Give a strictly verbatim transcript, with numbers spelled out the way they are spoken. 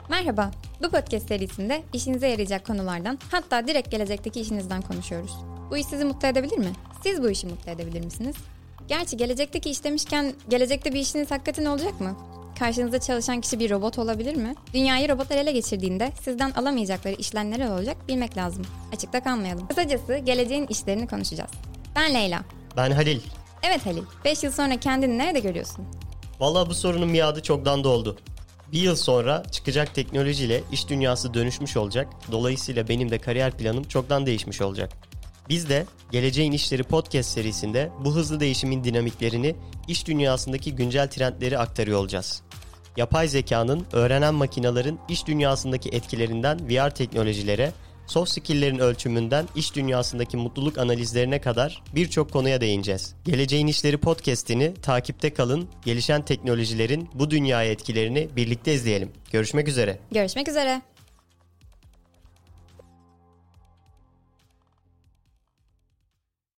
Merhaba, bu podcast serisinde işinize yarayacak konulardan, hatta direkt gelecekteki işinizden konuşuyoruz. Bu iş sizi mutlu edebilir mi? Siz bu işi mutlu edebilir misiniz? Gerçi gelecekteki iş demişken, gelecekte bir işiniz hakikaten olacak mı? Karşınızda çalışan kişi bir robot olabilir mi? Dünyayı robotlar ele geçirdiğinde sizden alamayacakları işler neler olacak bilmek lazım. Açıkta kalmayalım. Kısacası geleceğin işlerini konuşacağız. Ben Leyla. Ben Halil. Evet Halil, beş yıl sonra kendini nerede görüyorsun? Vallahi bu sorunun miadı çoktan doldu. Bir yıl sonra çıkacak teknolojiyle iş dünyası dönüşmüş olacak. Dolayısıyla benim de kariyer planım çoktan değişmiş olacak. Biz de Geleceğin İşleri podcast serisinde bu hızlı değişimin dinamiklerini, iş dünyasındaki güncel trendleri aktarıyor olacağız. Yapay zekanın, öğrenen makinelerin iş dünyasındaki etkilerinden V R teknolojilere, soft skill'lerin ölçümünden iş dünyasındaki mutluluk analizlerine kadar birçok konuya değineceğiz. Geleceğin İşleri podcast'ini takipte kalın, gelişen teknolojilerin bu dünyaya etkilerini birlikte izleyelim. Görüşmek üzere. Görüşmek üzere.